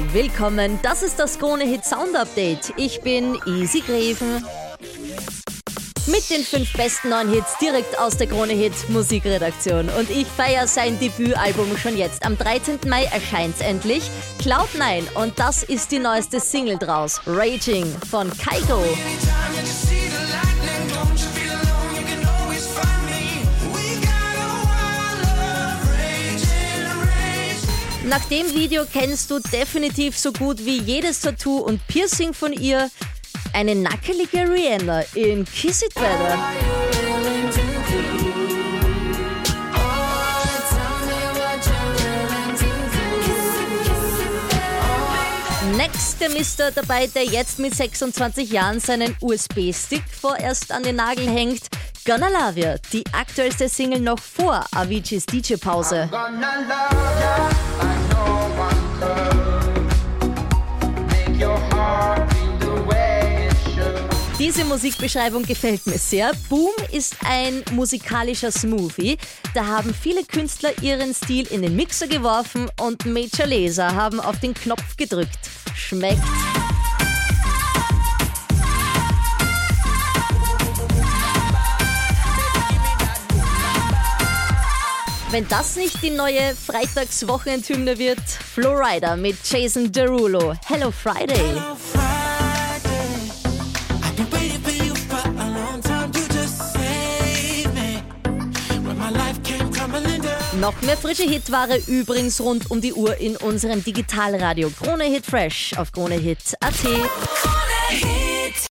Willkommen, das ist das Krone Hit Sound Update. Ich bin Easy Greven. Mit den 5 besten neuen Hits direkt aus der Krone Hit Musikredaktion. Und ich feiere sein Debütalbum schon jetzt. Am 13. Mai erscheint's endlich. Cloud9. Und das ist die neueste Single draus. Raging von Kygo. Nach dem Video kennst du definitiv so gut wie jedes Tattoo und Piercing von ihr. Eine nackelige Rihanna in Kiss It Better. Next der Mister dabei, der jetzt mit 26 Jahren seinen USB-Stick vorerst an den Nagel hängt. Gonna Love Ya, die aktuellste Single noch vor Aviciis DJ-Pause. Diese Musikbeschreibung gefällt mir sehr. Boom ist ein musikalischer Smoothie. Da haben viele Künstler ihren Stil in den Mixer geworfen und Major Lazer haben auf den Knopf gedrückt. Schmeckt. Wenn das nicht die neue Freitags-Wochenendhymne wird, Flo Rida mit Jason Derulo. Hello Friday. Noch mehr frische Hitware übrigens rund um die Uhr in unserem Digitalradio Krone Hit Fresh auf kronehit.at.